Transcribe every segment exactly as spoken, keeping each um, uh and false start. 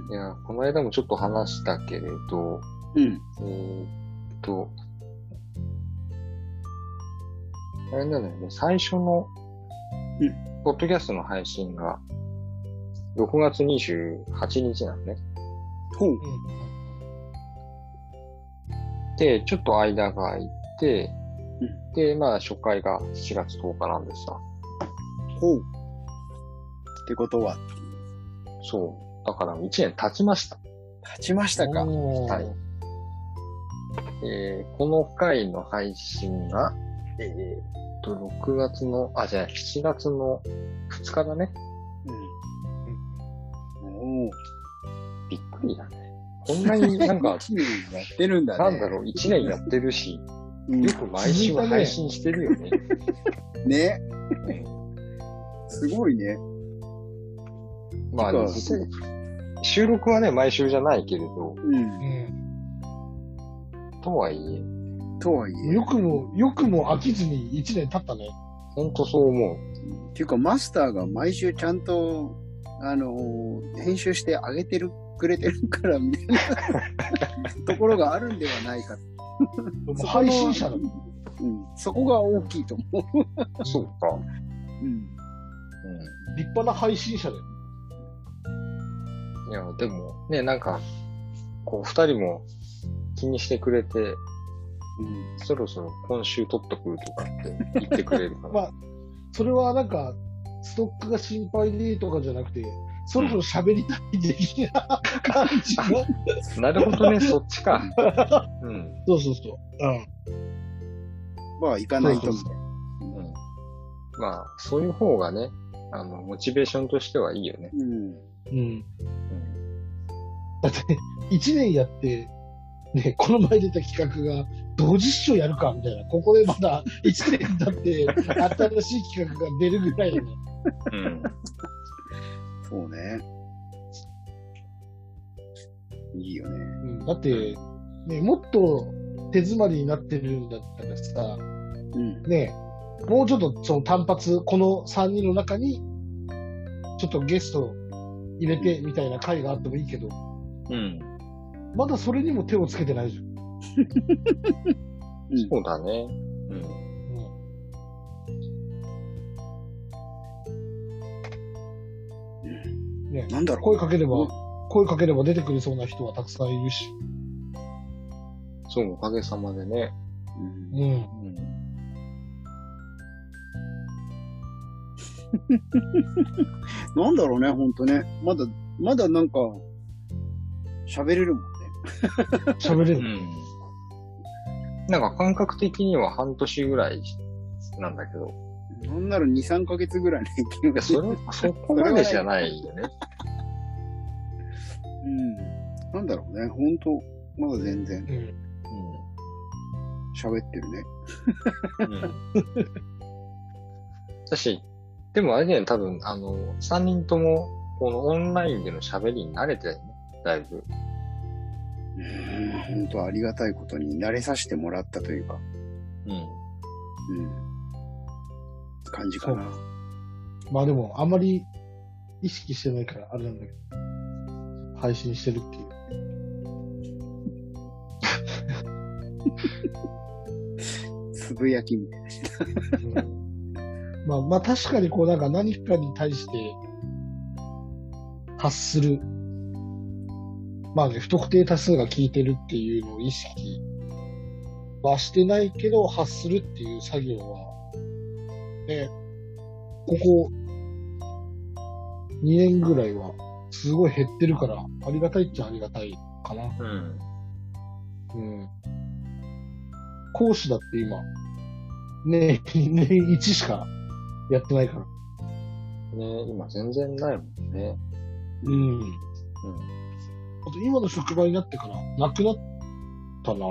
いや、この間もちょっと話したけれど、 うん。 えーっと、あれなのよね、最初の、 うん。 ポッドキャストの配信が、ろくがつにじゅうはちにちなのね。 ほう。 で、ちょっと間が空いて、 うん。 で、まあ、初回がしちがつとおかなんでさ。 ほう。ってことは、 そう。だからいちねん経ちました。 立ちましたか。 はい。えー、この回の配信が、えー、っと、ろくがつの、あ、じゃあしちがつのふつかだね。 うん。おー。 びっくりだね。こんなになんか、 いちねんやってるんだね。 なんだろう、いちねんやってるし、 うんよく毎週配信してるよね。 ね。 ねすごいね。 まあ、 てか実際、収録はね、毎週じゃないけれど、 うん。 うんとはいえ、 とはいえ。 よくも、よくも飽きずにいちねん経ったね。 ほんとそう思う。 っていうか、マスターが毎週ちゃんと、あのー編集してあげてる、くれてるから、みたいなところがあるんではないか。 もう配信者だ。 うん。そこが大きいと思う。 そうか。 うん。 う立派な配信者だよ。 ん。いや、でも、ね、なんか、こう、二人も気にしてくれて、 うん。 そろそろ今週撮っとくとかって言ってくれるから。 まあ、それはなんか、ストックが心配でとかじゃなくて、そろそろ喋りたい的な感じが。 なるほどね、そっちか。うん。 そうそうそう。 まあ、行かないと思う。 うん。まあ、そういう方がね、あの、モチベーションとしてはいいよね。 うん。 うん。 うん。 だって、いちねんやって、ね、この前出た企画が、同時視聴やるかみたいな。ここでまだいちねん経って、新しい企画が出るぐらいだね。 うん。 そうね。いいよね。 うん、だって、ね、もっと手詰まりになってるんだったらさ、 うん。 ね、もうちょっとその単発、このさんにんの中に、ちょっとゲスト入れてみたいな回があってもいいけど、 うん。 まだそれにも手をつけてないじゃん。 うん。 そうだね。うん。 うんね、 なんだろう。 声かければ、声かければ出てくれそうな人はたくさんいるし。 そう、おかげさまでね。 うん。 うん。 うん。 なんだろうね、ほんとね。まだ、まだなんか、喋れるもんね。 喋れる。 うん。なんか感覚的には半年ぐらいなんだけど。 なんならに、さんかげつぐらいの勢いいや、それ、そこまでじゃないよね。 うん。なんだろうね、ほんと、まだ全然うん。 喋ってるね。 うん。うん。だし、でもあれだよね、多分、あの、さんにんとも、このオンラインでの喋りに慣れてるね、だいぶ。 うん、ほんとありがたいことに慣れさせてもらったというか、 うん。 うん。感じかな。 まあでも、あんまり意識してないから、あれなんだけど、配信してるっていう。 つぶやきみたいな。 うんまあ、まあ確かにこうなんか何かに対して発する。まあね、不特定多数が聞いてるっていうのを意識はしてないけど発するっていう作業は、ね、ここにねんぐらいはすごい減ってるからありがたいっちゃありがたいかな。 うん。 うん。講師だって今、ね、年いちしかやってないから。 ね、今全然ないもんね。 うん。 うん。 あと今の職場になってからなくなったな。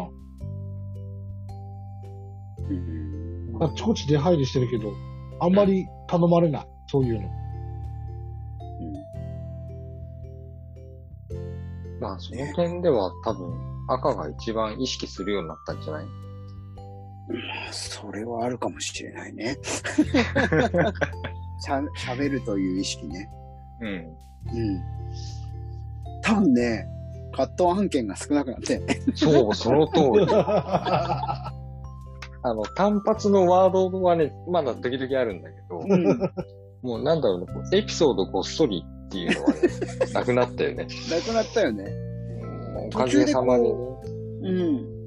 うん。 あっちこっち出入りしてるけど、あんまり頼まれない。そういうの。 まあ、その点では多分、赤が一番意識するようになったんじゃない？ それはあるかもしれないね。しゃ、喋るという意識ね。 うん。 うん。 多分ね、カット案件が少なくなって。 そう、その通り。あの、単発のワードはね、まだ時々あるんだけど、 うん、 もうなんだろうね、こうエピソードごっそりっていうのはね、なくなったよね。 なくなったよね。 おかげさまでね。 うん。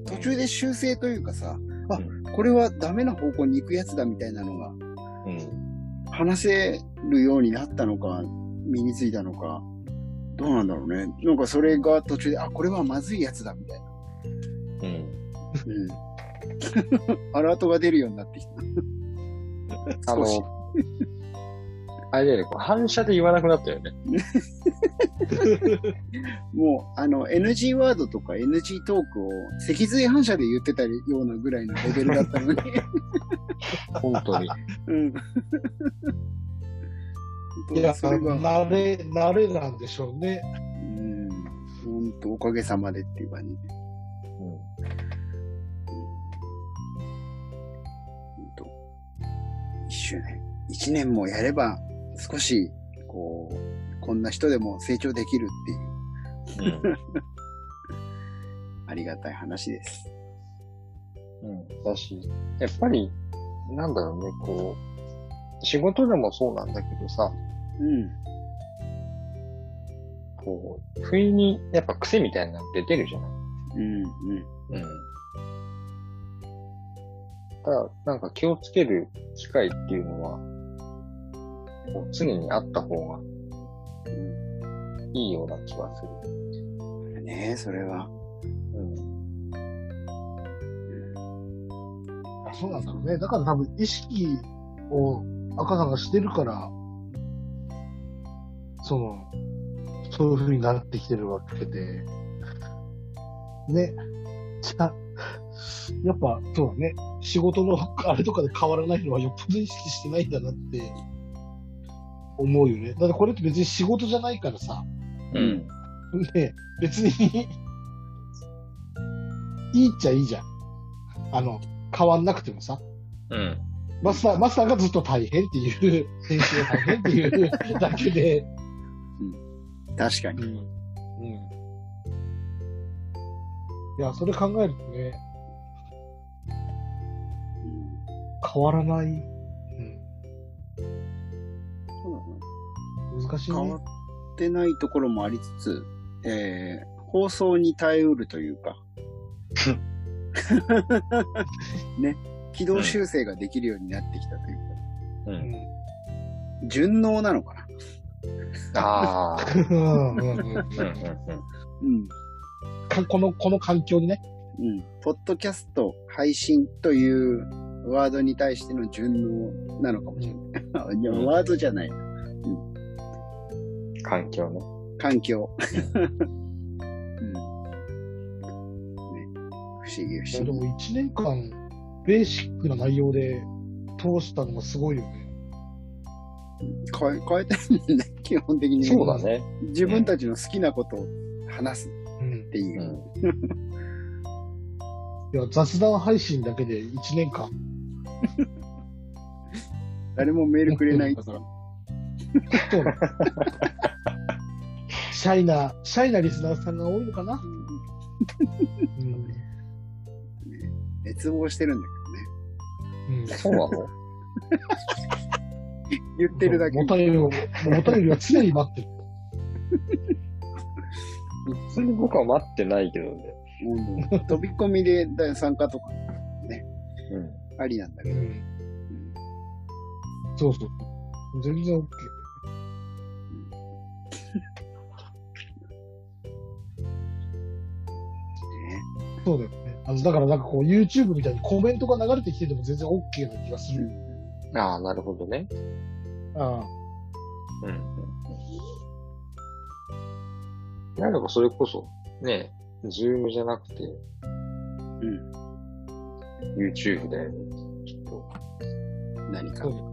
途中で修正というかさ、あ、 うん、 これはダメな方向に行くやつだみたいなのが、 うん、 話せるようになったのか、身についたのか、どうなんだろうね。なんかそれが途中で、あ、これはまずいやつだみたいな。 うん。 うん。アラートが出るようになってきた。 あの、あれだよね、こう反射で言わなくなったよね。 もう、あの、エヌジー ワードとか エヌジー トークを脊髄反射で言ってたようなぐらいのレベルだったのに。 本当に。 うん。 いや、 それが、 慣れ、慣れなんでしょうね。 うん。本当おかげさまでっていう感じで。 うん本当一周年。一年もやれば、少し、こう、こんな人でも成長できるっていう、 うんありがたい話です。 うん。だし、やっぱり、なんだろうね、こう、仕事でもそうなんだけどさ、 うん。 こう、不意にやっぱ癖みたいなの出てるじゃない。 うん。うん。 うん。ただ、なんか気をつける機会っていうのは、こう常にあった方がいいような気がする。 ねえ、それは。 うん。 あ、そうなんだろうね。だから多分意識を赤さんがしてるから、その、そういう風になってきてるわけで、ね。じゃあ、やっぱそうだね。仕事のあれとかで変わらないのはよっぽど意識してないんだなって思うよね。だってこれって別に仕事じゃないからさ。 うん。 ね、別にいいっちゃいいじゃん。あの、変わんなくてもさ。 うん。 マスター、マスターがずっと大変っていう、編集が大変っていうだけで。 確かに。 うん。うん。いや、それ考えるとね、変わらない。うん。 そうなの難しいね。 変わってないところもありつつ、えー、放送に耐えうるというか、ね、軌道修正ができるようになってきたというか、 う。 うんん。 順応なのかな。 ああ。 うんうんうんうんうんうん。 うん。 かこの、この環境にね。 うん。ポッドキャスト配信というワードに対しての順応なのかもしれない。いや、 うんワードじゃない。 環境ね。 環境。うん。ね、不思議不思議。 でも一年間、ベーシックな内容で通したのがすごいよね。 変え、変えたいもんね、基本的に。 そうだね。 自分たちの好きなことを話すうんっ。ていうう。 ん。 いや、雑談配信だけで一年間。 誰もメールくれない。 だから。そうだ。シャイな、シャイなリスナーさんが多いのかな。うん。 熱望してるんだうん。 そうなの？ けどね。言ってるだけ。 お便りを、お便りは常に待ってる。 普通に僕は待ってないけどね。 うん飛び込みで参加とかうん。 ありなんだけど。 うん。そうそう。全然 OK。そうだよね。あの、だからなんかこう YouTube みたいにコメントが流れてきてても全然 OK な気がする。 ああ、なるほどね。 ああ。 うん。なんかそれこそ、ね、ズームじゃなくて、 うん。 YouTube だよね、きっと。 何かそう。だよ。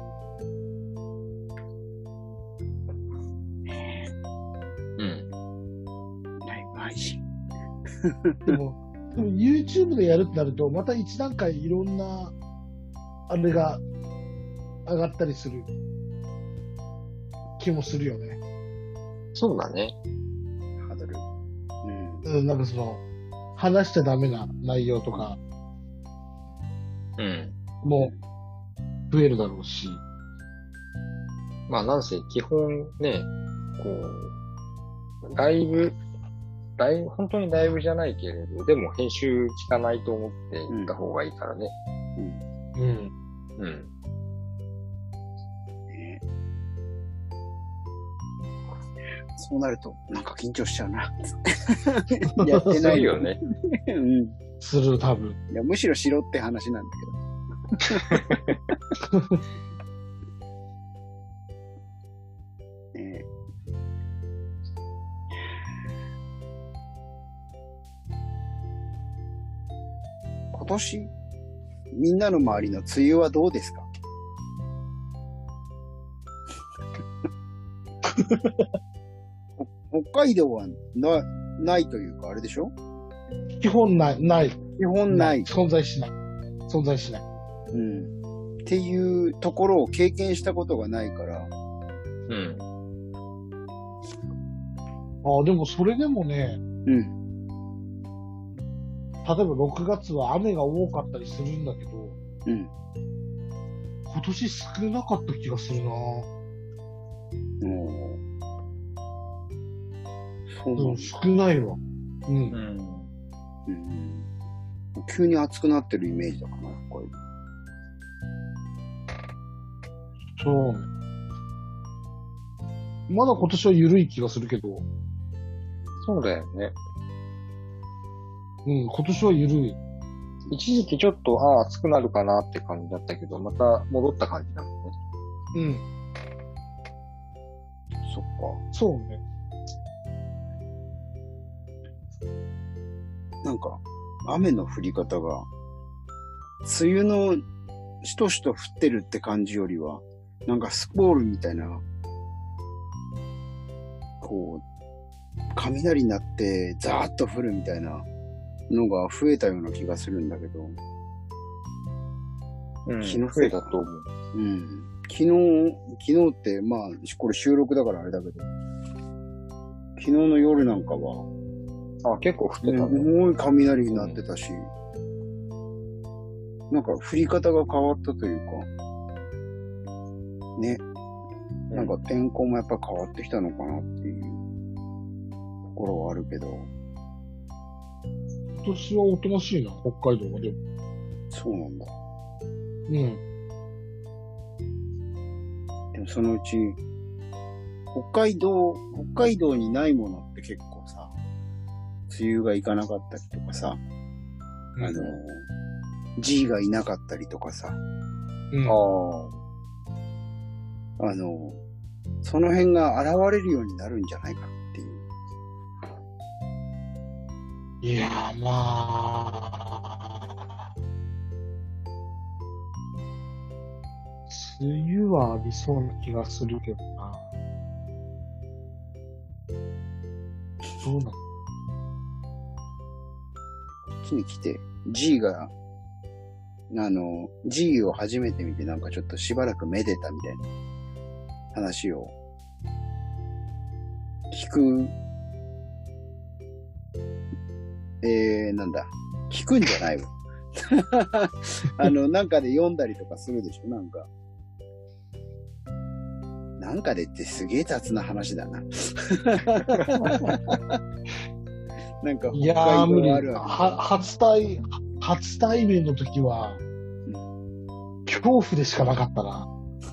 うん。 ライブ配信。 でも、でも YouTube でやるってなると、また一段階いろんな、あれが上がったりする気もするよね。 そうだね。 うん、なんかその、話しちゃダメな内容とかうん。 も増えるだろうし。 まあ、なんせ、基本ね、こう、ライブ、ライブ、本当にライブじゃないけれど、でも編集聞かないと思って行った方がいいからね。 うん。 うん。 うん。 ね、そうなると、なんか緊張しちゃうな。やってないよね。 うん。 する、多分。 いや、むしろしろって話なんだけど。ね、今年、みんなの周りの梅雨はどうですか？北海道はな、ないというか、あれでしょ？ 基本ない、ない。 基本ない。 存在しない。存在しない。 うん。っていうところを経験したことがないから。 うん。 ああ、でもそれでもね、 うん。 例えばろくがつは雨が多かったりするんだけど、 うん。 今年少なかった気がするな。 うん。そうでもなんだ。 少ないわ。うん。 うん。 うん。急に暑くなってるイメージだかな、これ。 そうね。まだ今年は緩い気がするけど、 そうだよね。 うん、今年は緩い。 一時期ちょっと、ああ、暑くなるかなって感じだったけど、また戻った感じだもんね。 うん、 そっか。 そうね。 なんか、雨の降り方が、梅雨のしとしと降ってるって感じよりは、なんかスコールみたいな、こう、雷になってザーッと降るみたいなのが増えたような気がするんだけど、 うん。 気の増えたと思う。 うん。昨日、昨日って、まあ、これ収録だからあれだけど、昨日の夜なんかは、 あ、結構降ってすたね。 ごい雷になってたし、なんか降り方が変わったというか、ね、なんか天候もやっぱ変わってきたのかなっていうところはあるけど、 今年はおとなしいな、北海道はでも。 そうなんだ。 うん。 でもそのうち、北海道、北海道にないものって結構さ、梅雨がいかなかったりとかさ、あの、G がいなかったりとかさ、 うん、 ああ。 あの、その辺が現れるようになるんじゃないかなっていう。 いやー、まあ、梅雨はありそうな気がするけどな。どうなの？ こっちに来て、G が、あの、G を初めて見てなんかちょっとしばらくめでたみたいな話を聞く、えー、なんだ、聞くんじゃないわ。あの、なんかで読んだりとかするでしょ、なんか。なんかでってすげえ雑な話だな。なんかいや北ー、無理。 海道あるある。 は、初対、初対面の時は、恐怖でしかなかったな。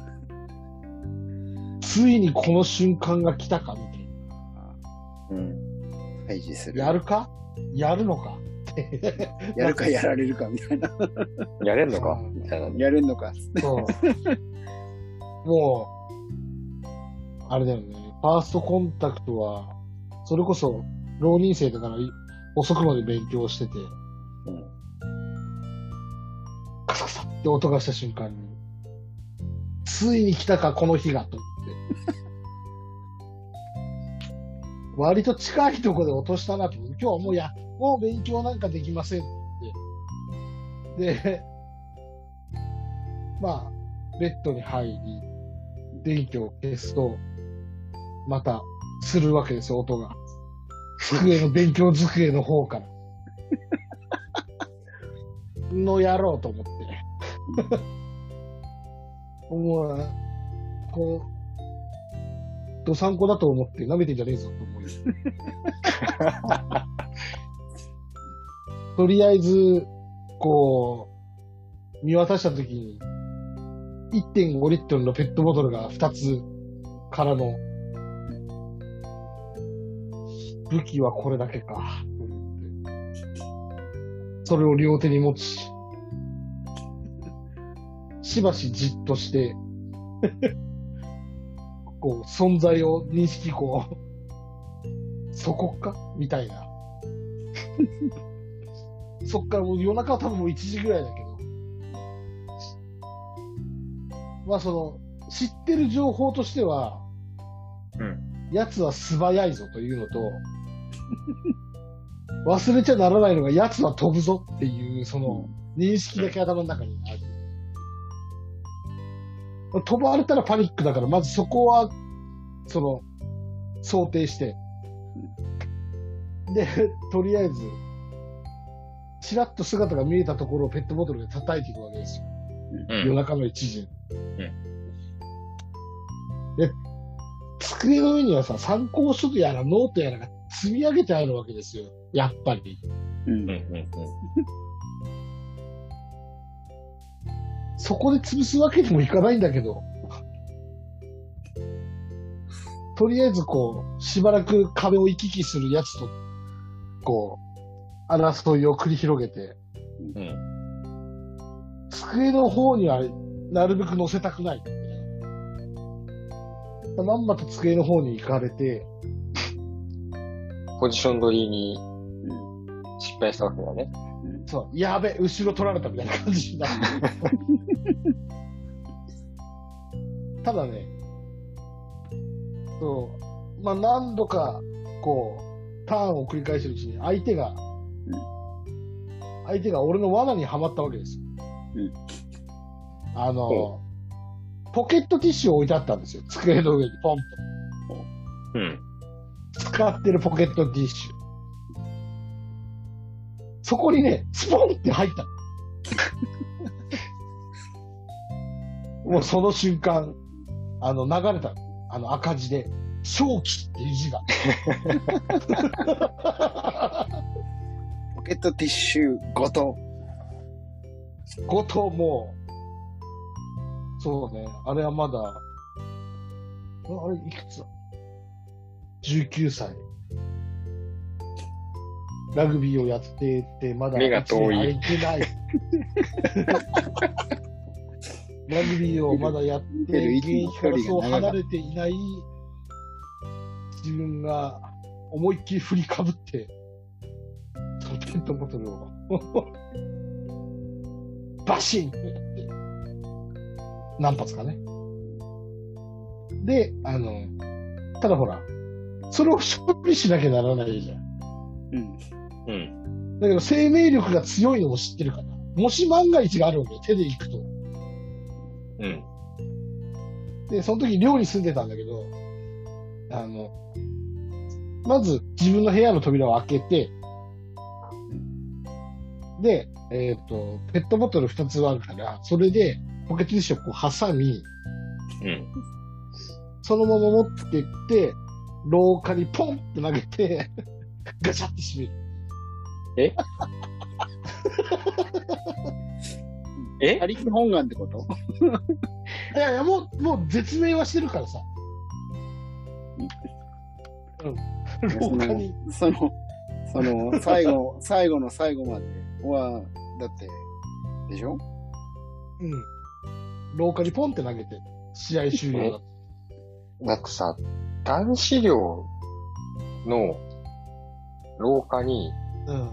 ついにこの瞬間が来たか、みたいうん。 対峙する。 な。やるかやるのかやるかやられるかみたいな。 やれんのかみたいな。 やれんのか。 そう。もう、あれだよね。ファーストコンタクトは、それこそ、浪人生だから遅くまで勉強してて、 うん。 カサカサって音がした瞬間に、ついに来たか、この日が、と思って。割と近いところで落としたなと思って、今日はもうや、もう勉強なんかできませんって言って。で、まあ、ベッドに入り、電気を消すと、また、するわけですよ、音が。 机の勉強机の方から。のやろうと思って。もう、こう、どさんこだと思って舐めてんじゃねえぞと思うよ。とりあえず、こう、見渡したときに、いってんごリットルのペットボトルがふたつからの、武器はこれだけか。それを両手に持ち、しばしじっとして、こう、存在を認識、こう、そこかみたいな。そっからもう夜中は多分もういちじぐらいだけど、まあその、知ってる情報としては、 うん。 奴は素早いぞというのと、忘れちゃならないのが奴は飛ぶぞっていう、その、認識だけ頭の中にある。飛ばれたらパニックだから、まずそこは、その、想定して、で、とりあえず、ちらっと姿が見えたところをペットボトルで叩いていくわけですよ。 うん、 夜中のいちじに。うん、で、机の上にはさ、参考書やらノートやらが積み上げてあるわけですよ。やっぱり。 うんうんうん、 そこで潰すわけにもいかないんだけど、とりあえずこう、しばらく壁を行き来するやつと、こう、争いを繰り広げて、 うん、 机の方にはなるべく乗せたくない。まんまと机の方に行かれて、 ポジション取りに失敗したわけだね。 そう、やべ、後ろ取られたみたいな感じになる。ただね、そう、まあ何度か、こう、ターンを繰り返してるうちに、相手が、うん、相手が俺の罠にはまったわけですよ。うん、あの、ポケットティッシュを置いてあったんですよ。机の上にポンと。 うん。 使ってるポケットティッシュ。そこにね、スポンって入った。もうその瞬間、あの、流れた、あの赤字で、正気っていう字が。 ポケットティッシュごと。 ごともう、そうね、あれはまだ、あれ、いくつだ ?じゅうきゅう 歳。ラグビーをやってて、まだ目が遠い。 空いてない。ラグビーをまだやって、現役からそう離れていない自分が思いっきり振りかぶって、そのペットボトルをバシンってやって、何発かね。で、あの、ただほら、それを処理しなきゃならないじゃん。 うん。 うん。 だけど生命力が強いのも知ってるから。もし万が一があるわけよ、手で行くと。 うん。 で、その時寮に住んでたんだけど、あの、まず自分の部屋の扉を開けて、で、えっと、ペットボトルふたつあるから、それでポケットティッシュをこう挟み、 うん。 そのまま持ってって、廊下にポンって投げて、ガチャって閉める。 ええ他力本願ってこと？ いやいや、もう、もう絶命はしてるからさ。うん。廊下に。 その、その、最後、最後の最後までは、だって、でしょ？ うん。廊下にポンって投げて、試合終了だ。 だってさ、男子寮の廊下に、 うん。うん。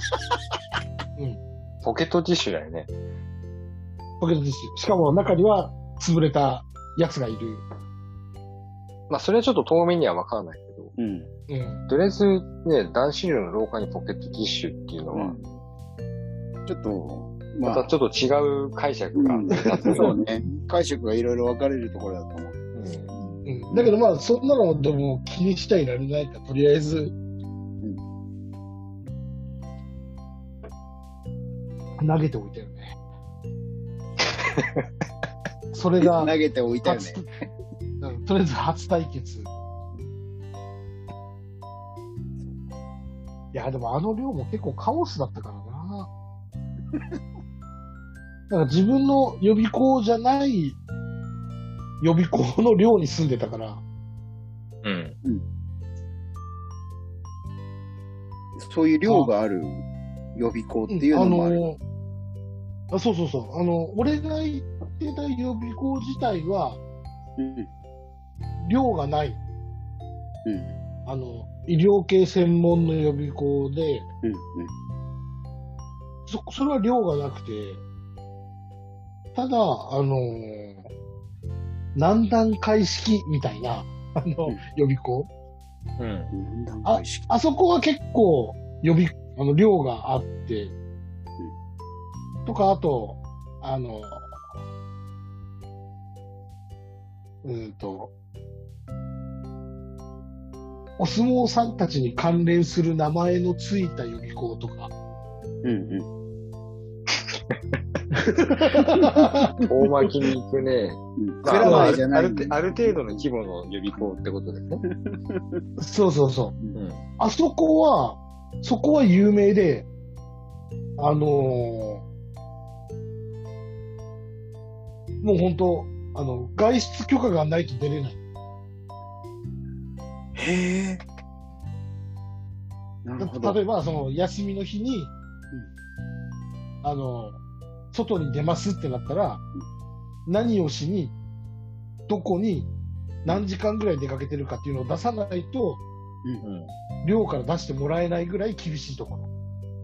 ポケットティッシュだよね。 ポケットティッシュ。しかも中には潰れたやつがいる。 まあ、それはちょっと遠目にはわからないけど。 うん。 うん。 とりあえずね、男子寮の廊下にポケットティッシュっていうのは、 うん、ちょっと、 またちょっと違う解釈が、うん、 そうね。解釈がいろいろ分かれるところだと思う。 うん。うん。だけどまあ、そんなのでも気にしちゃいられないから、とりあえず、 投げておいたよね。それが、 投げておいたよね。 うん、とりあえず初対決。いや、でもあの量も結構カオスだったからな。だから自分の予備校じゃない予備校の寮に住んでたから。 うん。 そういう寮がある予備校っていうのもある。 うん、あのー、あ、そうそうそう。あの、俺が行ってた予備校自体は、うん、寮がない。うん。あの、医療系専門の予備校で、うんうん、そ、それは寮がなくて、ただ、あのー、何段階式みたいな、あの、うん、予備校。うん。あ、あそこは結構予備、あの、寮があって、うん、とか、あと、あの、うんと、お相撲さんたちに関連する名前のついた予備校とか。うんうん。 大巻きに行くね。 まあ、まあ、ある、 ある、ある程度の規模の予備校ってことですね。 そうそうそう。うん、あそこは、そこは有名で、あのー、もう本当、あの、外出許可がないと出れない。 へえ。なるほど。 例えば、その、休みの日に、うん、あの、外に出ますってなったら、うん、何をしに、どこに、何時間ぐらい出かけてるかっていうのを出さないと、うんうん、寮から出してもらえないぐらい厳しいところ。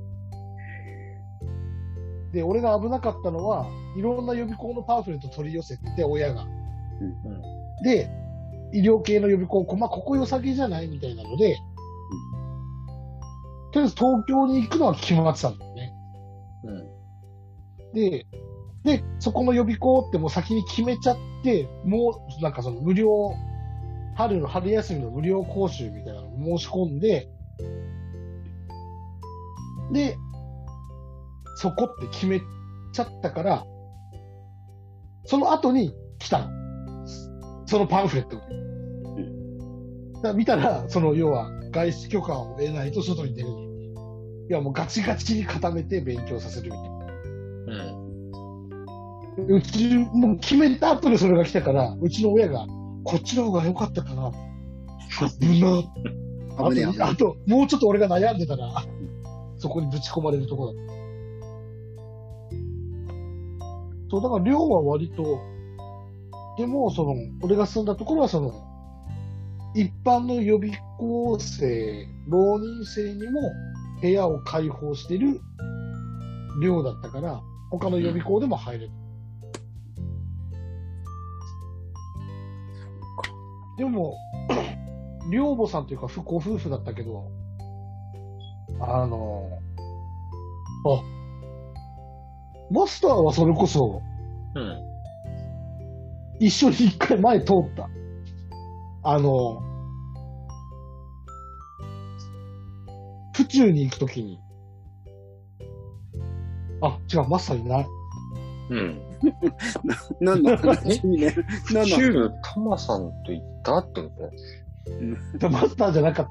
で、俺が危なかったのは、いろんな予備校のパンフレット取り寄せてて、親が。うんうん、で、医療系の予備校、まあ、ここ良さげじゃないみたいなので、うん、とりあえず東京に行くのは決まってたんだよね。うん、で、で、そこの予備校ってもう先に決めちゃって、もう、なんかその無料、春の春休みの無料講習みたいなのを申し込んで、で、そこって決めちゃったから、その後に来たの。そのパンフレット。うん、だから見たら、その要は外出許可を得ないと外に出れない。いやもうガチガチに固めて勉強させるみたいな。うん、うち、もう決めた後でそれが来たから、うちの親が、こっちの方が良かったかな。危な。あと、あと、もうちょっと俺が悩んでたら、そこにぶち込まれるとこだった。そう、だから寮は割と、でも、その、俺が住んだところは、その、一般の予備校生、浪人生にも部屋を開放してる寮だったから、他の予備校でも入れる。でも、寮母さんというか、ご夫婦だったけど、あの、あ、マスターはそれこそ、うん、一緒に一回前通った。あの、府中に行くときに。あ、違う、マスターいない。 うん。 何の話にね。 府中のタマさんと行ったってことね。マスターじゃなかった。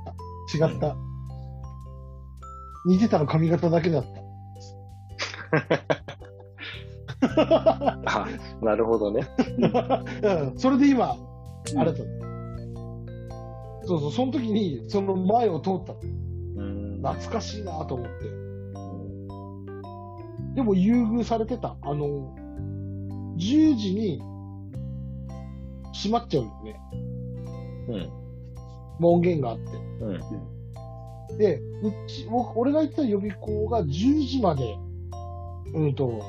違った。うん、似てたの髪型だけだった。 あ、なるほどね。 うん、それで今、あれだった。そうそう、その時にその前を通った。うん、懐かしいなと思って。でも優遇されてた。あの、じゅうじに閉まっちゃうんだよね。うん。門限があって。うん。で、うち、俺が行った予備校がじゅうじまで、うんと、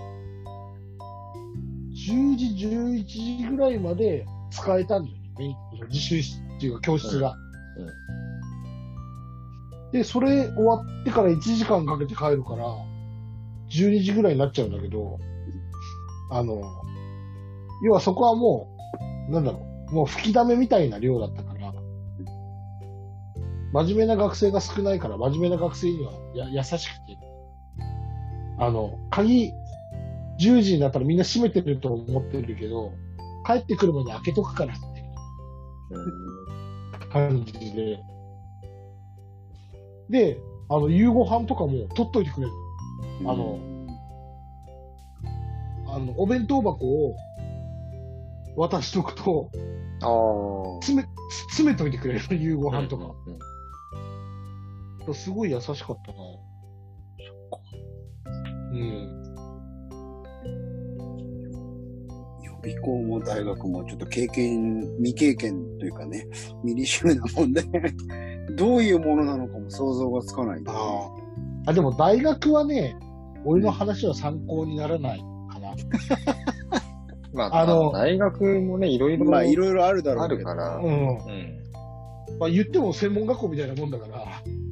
じゅうじ、じゅういちじぐらいまで使えたんだよね。自習室っていうか教室が。うんうん、で、それ終わってからいちじかんかけて帰るから、じゅうにじぐらいになっちゃうんだけど、あの、要はそこはもう、なんだろう、もう吹きだめみたいな量だったから、真面目な学生が少ないから、真面目な学生にはや優しくて、 あの、鍵、じゅうじになったらみんな閉めてると思ってるけど、帰ってくる前に開けとくからっていう感じで。で、あの、夕ご飯とかも取っといてくれる。あの、あの、お弁当箱を渡しとくと、 ああ。 詰め、詰めといてくれる、夕ご飯とか。 うんうんすごい優しかったな。うん。 予備校も大学もちょっと経験、未経験というかね、未履修なもんで、どういうものなのかも想像がつかないんで、ね。 ああ。あ、でも大学はね、俺の話は参考にならないかな。 まあ、あの、大学もね、いろいろ。 まあ、いろいろあるだろうあるから。 うん。うん。まあ、言っても専門学校みたいなもんだから。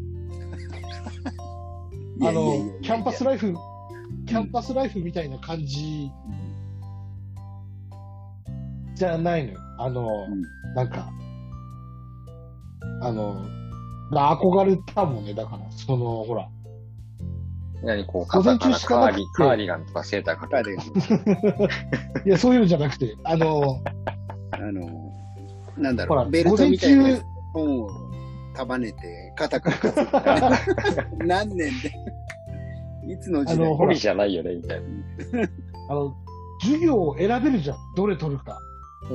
あの、キャンパスライフ、キャンパスライフみたいな感じじゃないのよ。あの、うん、なんか、あの、憧れたもんね、だから、その、ほら。 何こう、肩からカーリカーリガンとかセーターかかる。 いや、そういうのじゃなくて、あの、 あの、なんだろう、ベルトみたいな本を束ねて、肩から何年で、いつの時代。 あの、ホリじゃないよね、みたいな。 あの、授業を選べるじゃん、どれ取るか。 うん。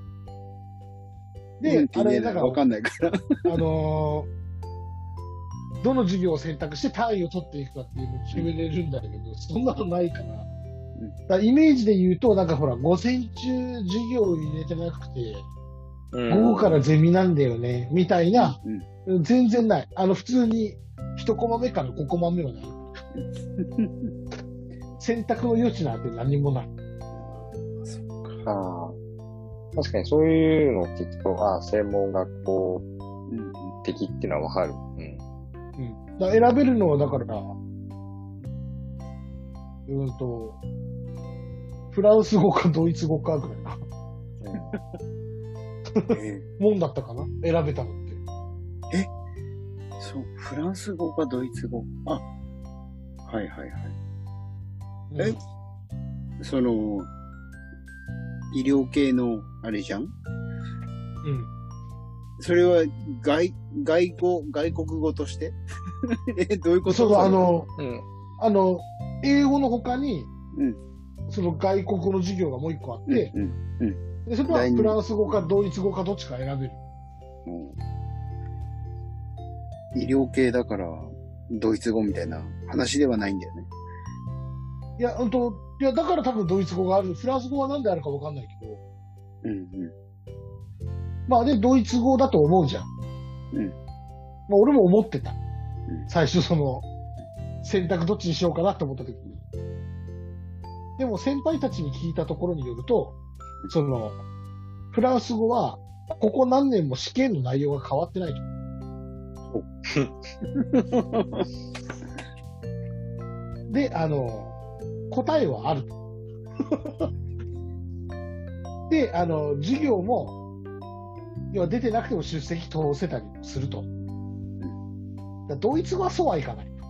で、あれ、なんか、 わかんないから。 あのー、どの授業を選択して単位を取っていくかっていうのを決めれるんだけど、うん、そんなのないから。うん、だからイメージで言うと、なんかほら、午前中授業を入れてなくて、うん、午後からゼミなんだよね、みたいな、うん、全然ない。あの、普通に、一コマ目からごコマ目はない。選択の余地なんて何もない。 そっか。ああ。確かにそういうのを聞くと、ああ、専門学校的っていうのはわかる。うん。 うん。だ選べるのは、だから、うんと、フランス語かドイツ語かぐらいな。うん、もんだったかな選べたのって。 えそう、フランス語かドイツ語。あ、はいはいはい。うん、えその、医療系のあれじゃん？うん。それは外、外語、外国語としてえ、どういうこと？ そう、あの、うん、あの、英語の他に、うん、その外国の授業がもう一個あって、うんうんうん、でそれはフランス語かドイツ語かどっちか選べる。 うん、医療系だからドイツ語みたいな話ではないんだよね。 いや、うんと、いや、だから多分ドイツ語がある。フランス語は何であるかわかんないけど。 うんうん。 まあで、ドイツ語だと思うじゃん。うん。まあ俺も思ってた。うん、最初その、選択どっちにしようかなって思った時に。でも先輩たちに聞いたところによると、その、フランス語は、ここ何年も試験の内容が変わってないと。で、あの、答えはあると。で、あの、授業も、要は出てなくても出席通せたりすると。だドイツ語はそうはいかないと。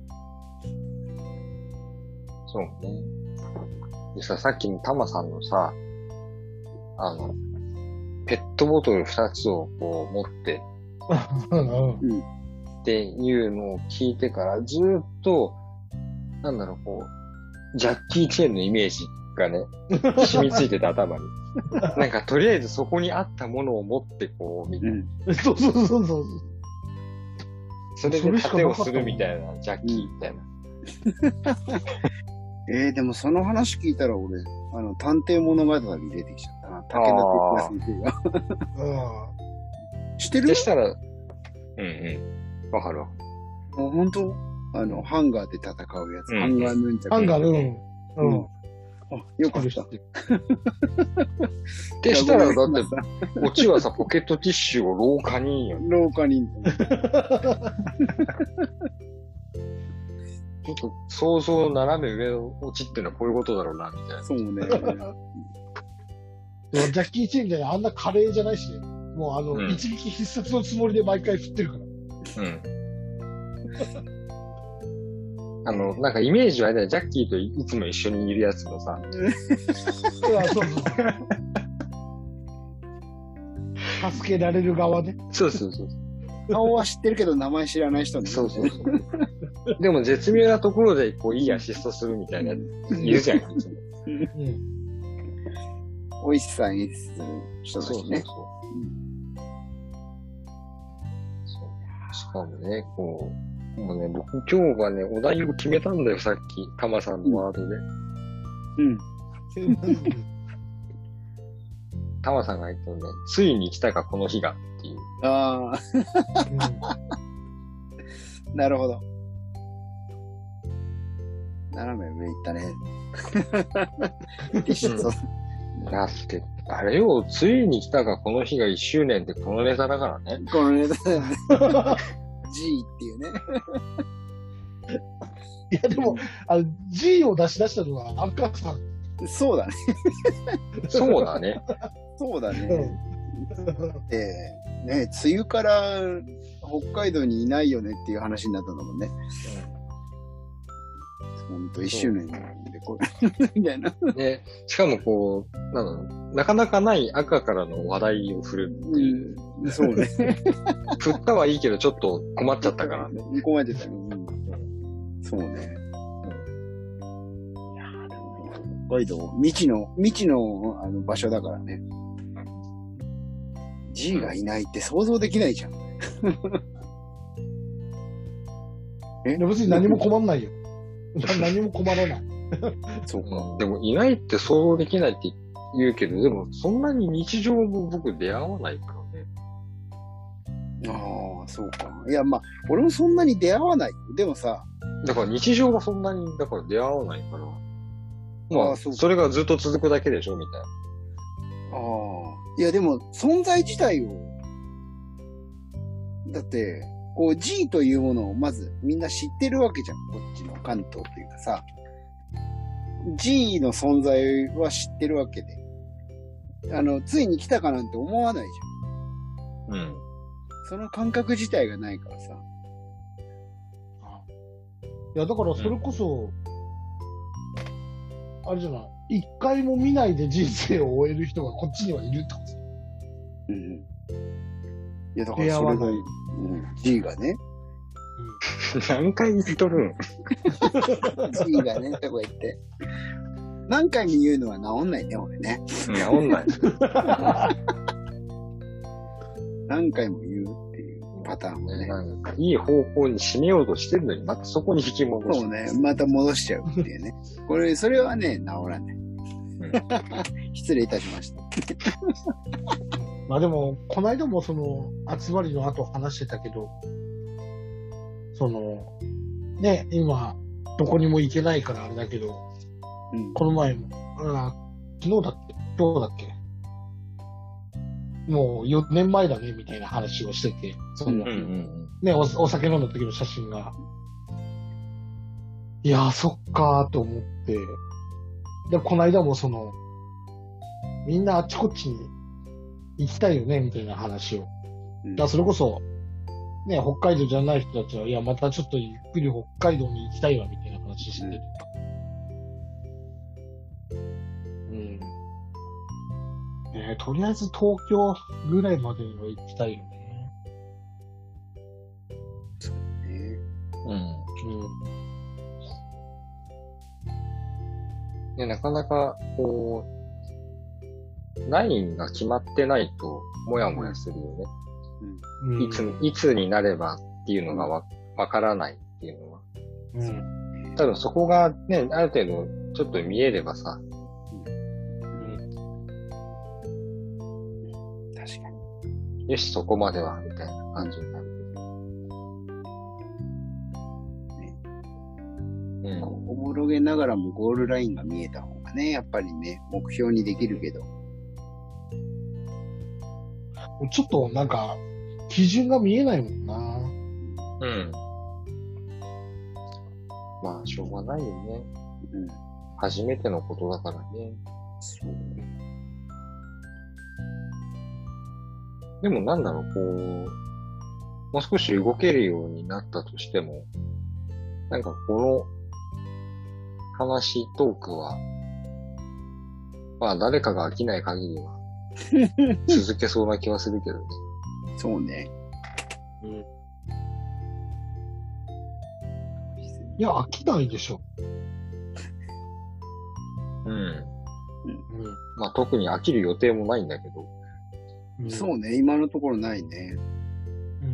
そうね。でさ、さっきのタマさんのさ、あの、ペットボトル二つをこう持って、っていうのを聞いてからずーっと、なんだろう、こう、ジャッキー・チェンのイメージがね、染みついてた頭に。なんか、とりあえずそこにあったものを持ってこう、みたいな。 うん、そうそうそうそう。 それで盾をするみたいな、ジャッキーみたいな。 えー、でもその話聞いたら俺、あの、探偵物語に出てきちゃったな。武田鉄矢先生が。知ってる？ でしたら、うんうん。わかるわ。 もう本当あの、ハンガーで戦うやつ。うん、ハンガーヌンチャク。 ハンガー、うん。うん。 あ、よかった。 でしたら、だって、オチはさ、ポケットティッシュを廊下によ。 廊下に。 ちょっと想像の斜め上のオチっていうのはこういうことだろうな、みたいな。 そうね。 ジャッキー・チェンみたいなあんな華麗じゃないしね。もうあの、うん、一撃必殺のつもりで毎回振ってるから。うん。 あの、なんかイメージはね、ジャッキーといつも一緒にいるやつのさ。 いや、そうそう。助けられる側ね。 そうそうそう。 顔は知ってるけど名前知らない人ね。 そうそうそう。でも絶妙なところでこういいアシストするみたいな、いるじゃん、いつも。 うん。 おいしさ演出する人だしね。 そうそうそう。そうしかもね、こう、もうね、僕今日はね、お題を決めたんだよ、さっき。タマさんのワードで。 うん。 タマさんが言ったのね、ついに来たか、この日がっていう。 ああ。なるほど。斜め上行ったね。 だって、あれよ、ついに来たか、この日がいっしゅうねんってこのネタだからね。 このネタだよね。G っていうね。 いや、でも、あの、G を出し出したのは赤さん。 そうだね。 そうだね。 そうだね。ええね、梅雨から北海道にいないよねっていう話になったんだもんね。ほんと、一周年でこれ、みたいな。 で、しかもこう、なの、なかなかない赤からの話題を振るっていう。 うん、そうね。 振ったはいいけど、ちょっと困っちゃったからね。 困ってたね。うん、そうね。いやでも北海道、未知の、未知のあの場所だからね。G がいないって想像できないじゃん。 え別に何も困んないよ。何も困らない。 そうか、うん。でも、いないって想像できないって言うけど、でも、そんなに日常も僕出会わないからね。 ああ、そうか。いや、まあ、俺もそんなに出会わない。でもさ。 だから日常がそんなに、だから出会わないから。まあ、あそ, それがずっと続くだけでしょみたいな。 ああ。いや、でも、存在自体を、だって、こう G というものをまずみんな知ってるわけじゃん。こっちの関東っていうかさ。G の存在は知ってるわけで。あの、ついに来たかなんて思わないじゃん。うん。 その感覚自体がないからさ。 いや、だからそれこそ、うん、あれじゃない。一回も見ないで人生を終える人がこっちにはいるってこと。 うん。いや、だからそれが、うん、G がね。 うん、何回言っとるん G がね、とか言って。何回も言うのは治んないね、俺ね。 治んない。 何回も言うっていうパターンもね。 なんかいい方向に締めようとしてるのに、またそこに引き戻す。 そうね、また戻しちゃうっていうね。これ、それはね、治らない。うん、失礼いたしました。 まあでも、この間もその、集まりの後話してたけど、その、ね、今、どこにも行けないからあれだけど、うん、この前も、あ昨日だっけ今日だっけもうよねんまえだね、みたいな話をしてて、その、うんうんうん、ねお、お酒飲んだ時の写真が。いやー、そっかーと思って、で、この間もその、みんなあっちこっちに行きたいよね、みたいな話を。うん、だからそれこそ、ね、北海道じゃない人たちは、いや、またちょっとゆっくり北海道に行きたいわ、みたいな話してる。うん。うんね、とりあえず東京ぐらいまでには行きたいよね。 そうね。 うん。うん。ね、なかなか、こう、ラインが決まってないと、もやもやするよね。うん、いつ、いつになればっていうのがわ、わからないっていうのは。うん。多分そこがね、ある程度ちょっと見えればさ。 うん。確かに。 よし、そこまでは、みたいな感じになる。 ね。うん。おもろげながらもゴールラインが見えた方がね、やっぱりね、目標にできるけど。 ちょっとなんか、基準が見えないもんな。 うん。まあ、しょうがないよね。うん。初めてのことだからね。そう。でもなんだろう、こう、もう少し動けるようになったとしても、 なんかこの話、トークは、まあ誰かが飽きない限りは続けそうな気はするけどね。 そうね。 うん。 いや、飽きないでしょ。 うん。 うん。 まあ特に飽きる予定もないんだけど。 うん、 そうね。今のところないね。 うん。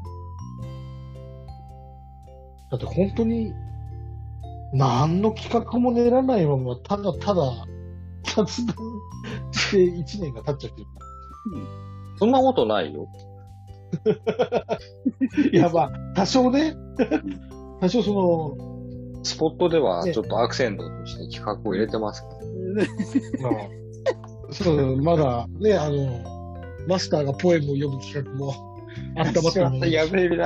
だって本当に、何の企画も練らないまま、ただただ、雑談していちねんが経っちゃってる。 そんなことないよ。 いや、まあ、多少ね、多少その、 スポットではちょっとアクセントとして企画を入れてますから。 まあ、そうまだね、あの、マスターがポエムを読む企画もあったまったのに。 やべえびだ。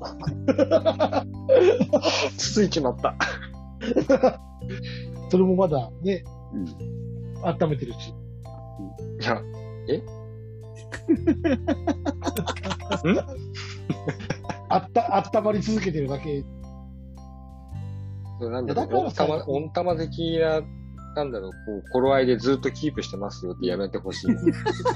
つついちまった。 それもまだね、 うん、 温めてるし。 いや、えんあった、あったまり続けてるだけ。 それなんだろう、 だからさ温玉、温玉的な、なんだろう、こう、頃合いでずっとキープしてますよってやめてほしい。 い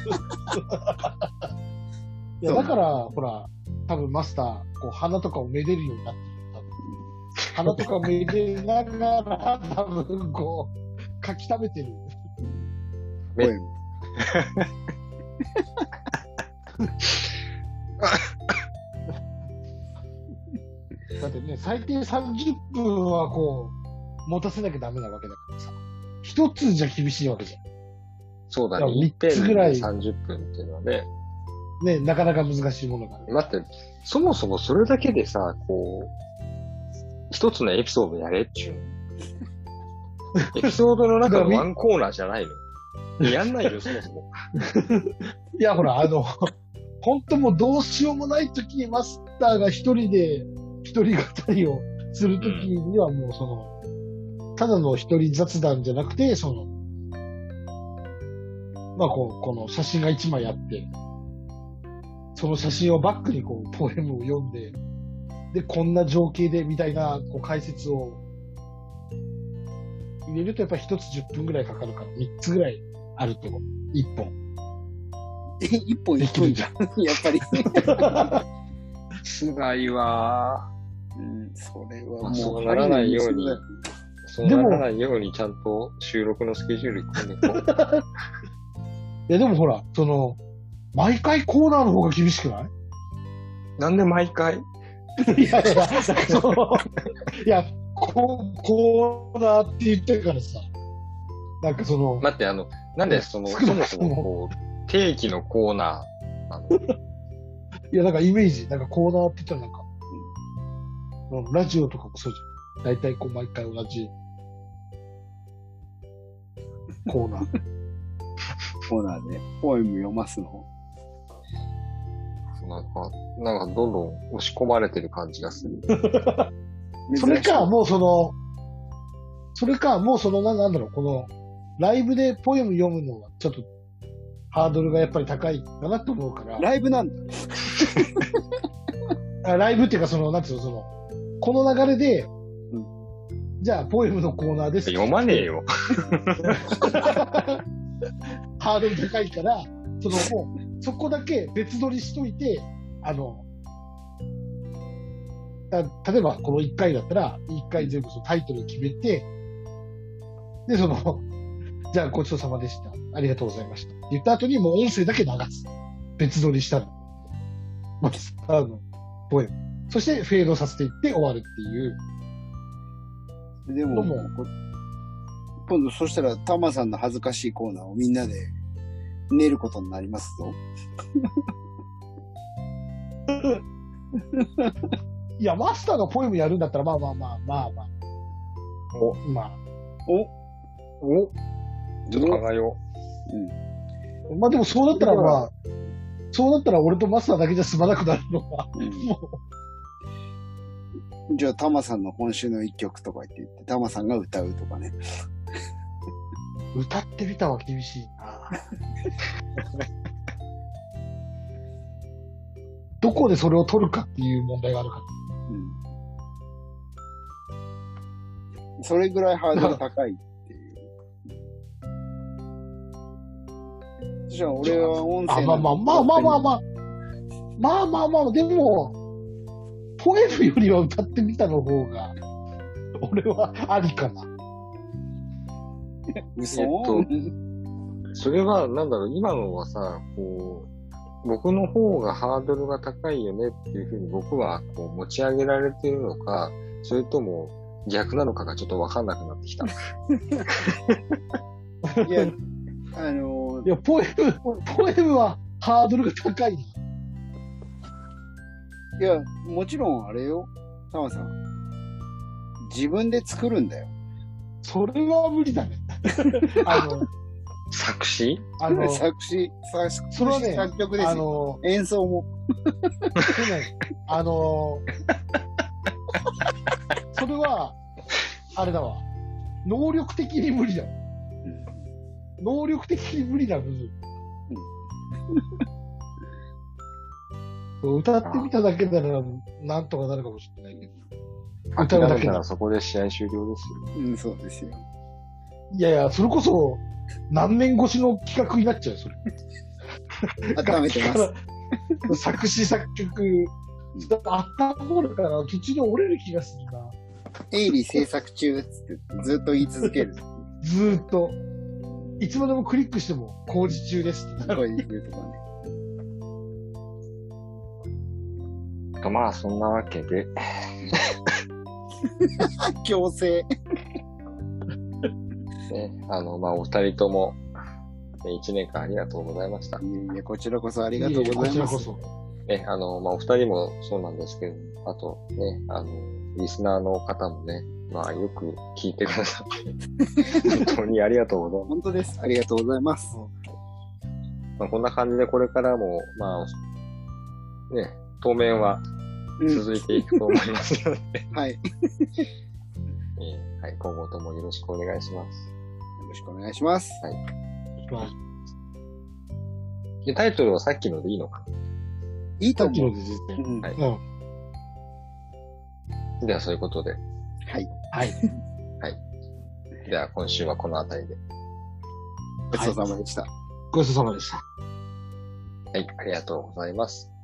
や、だから、ほら、多分マスター、こう、鼻とかをめでるようになってる。多分鼻とかをめでながら、多分、こう、書き溜めてる。 ポエム。 だってね、最低さんじゅっぷんはこう、持たせなきゃダメなわけだからさ。一つじゃ厳しいわけじゃん。 そうだね。 いや三つぐらいさんじゅっぷんっていうのはね。 ね、なかなか難しいものがある。 待って、そもそもそれだけでさ、こう、一つのエピソードやれっちゅうの。エピソードの中のワンコーナーじゃないの。やんないよ、そもそも。 いや、ほら、あの、本当もうどうしようもない時にマスターが一人で、一人語りをする時にはもうその、ただの一人雑談じゃなくて、その、まあこう、この写真が一枚あって、その写真をバックにこう、ポエムを読んで、で、こんな情景でみたいな、こう、解説を入れるとやっぱり一つじゅっぷんぐらいかかるから、三つぐらいあるってこと。一本。 え、一本いくんじゃん。やっぱり。 辛いわー。うん、それはまあ、 もう。 そうならないように、そうならないようにちゃんと収録のスケジュール組んでいこう。 いや、でもほら、その、毎回コーナーの方が厳しくない？ なんで毎回いやいや、なんかその、いや、こう、コーナーって言ってるからさ、なんかその、 待って、あの、なんでその、そもそもこう、定期のコーナーなの？ いや、なんかイメージ、なんかコーナーって言ったらなんか、うん、ラジオとかもそうじゃん。だいたいこう毎回同じコーナー。 コーナーでポエム読ますの。 なんか、なんかどんどん押し込まれてる感じがする。 それか、もうその、それか、もうその、ななんだろう、この、ライブでポエム読むのは、ちょっと、ハードルがやっぱり高いかなと思うから。 ライブなんだ。 あライブっていうか、その、なんていうの、その、この流れで、うん、じゃあ、ポエムのコーナーです。 読まねえよ。 ハードル高いから、その、もう、そこだけ別撮りしといて、あの、例えばこのいっかいだったら、いっかい全部そのタイトル決めて、で、その、じゃあごちそうさまでした。ありがとうございました。って言った後にもう音声だけ流す。別撮りしたら。マスターのポエム。そしてフェードさせていって終わるっていう。 でも、も今度そしたらタマさんの恥ずかしいコーナーをみんなで練ることになりますぞ。 いや、マスターがポエムやるんだったら、まあまあまあまあまあ。 お、 まあ。 お、お、ちょっと考えよう。うん。まあでもそうなったらまあ、そうなったら俺とマスターだけじゃ済まなくなるのが、うん、もう。じゃあタマさんの今週の一曲とか言って言って、タマさんが歌うとかね。 歌ってみたは厳しいな。どこでそれを取るかっていう問題があるから。 それぐらいハードル高いっていう。じゃあ俺は音声あ、まあまあまあまあまあまあ。まあまあまあ、でも、ポエムよりは歌ってみたの方が、俺はありかな。 嘘、 えっとそれは、なんだろう、今のはさ、こう、僕の方がハードルが高いよねっていうふうに僕はこう持ち上げられているのか、それとも逆なのかがちょっとわかんなくなってきた。 いや、あのいや、ポエム、ポエムはハードルが高い。 いや、もちろんあれよ、タマさん。自分で作るんだよ。 それは無理だね。あの、 作詞あの、 作詞、作詞、 それはね、 作曲ですあよ。 の、 演奏も。 それねあの、それは、あれだわ。能力的に無理だ。能力的に無理な部分。そう歌ってみただけなら、なんとかなるかもしれないけど。歌うだけだ諦めたら。そこで試合終了ですよ。 うん、そうですよ。 いやいや、それこそ、何年越しの企画になっちゃうよ、それ。 温めてます。 す。作詞作曲、あったまるから途中で折れる気がするな。 鋭利制作中っつってずっと言い続ける。 ずーっと。いつまでもクリックしても工事中ですってなる。 こういうとかね。 まあ、そんなわけで、 強制。 ね、あの、まあ、お二人とも、ね一年間ありがとうございました。 いやいや、こちらこそありがとうございます。 こちらこそ。 ね、あの、まあ、お二人もそうなんですけど、あとね、あの、リスナーの方もね、まあ、よく聞いてくださって、本当にありがとうございます。 本当です。ありがとうございます。 まあ、こんな感じでこれからも、まあ、ね、当面はうん、 続いていくと思いますので、 はい。よえーはい、今後ともよろしくお願いします。 ろしくお願いします。 まあ、 で、タイトルはさっきのでいいのかいいと思う。 さっきので実践。 うんはいうん。 では、そういうことで。 はい。 はい。 では、今週はこの辺りで。 ごちそうさまでした。 ごちそうさまでした。 はい、ありがとうございます。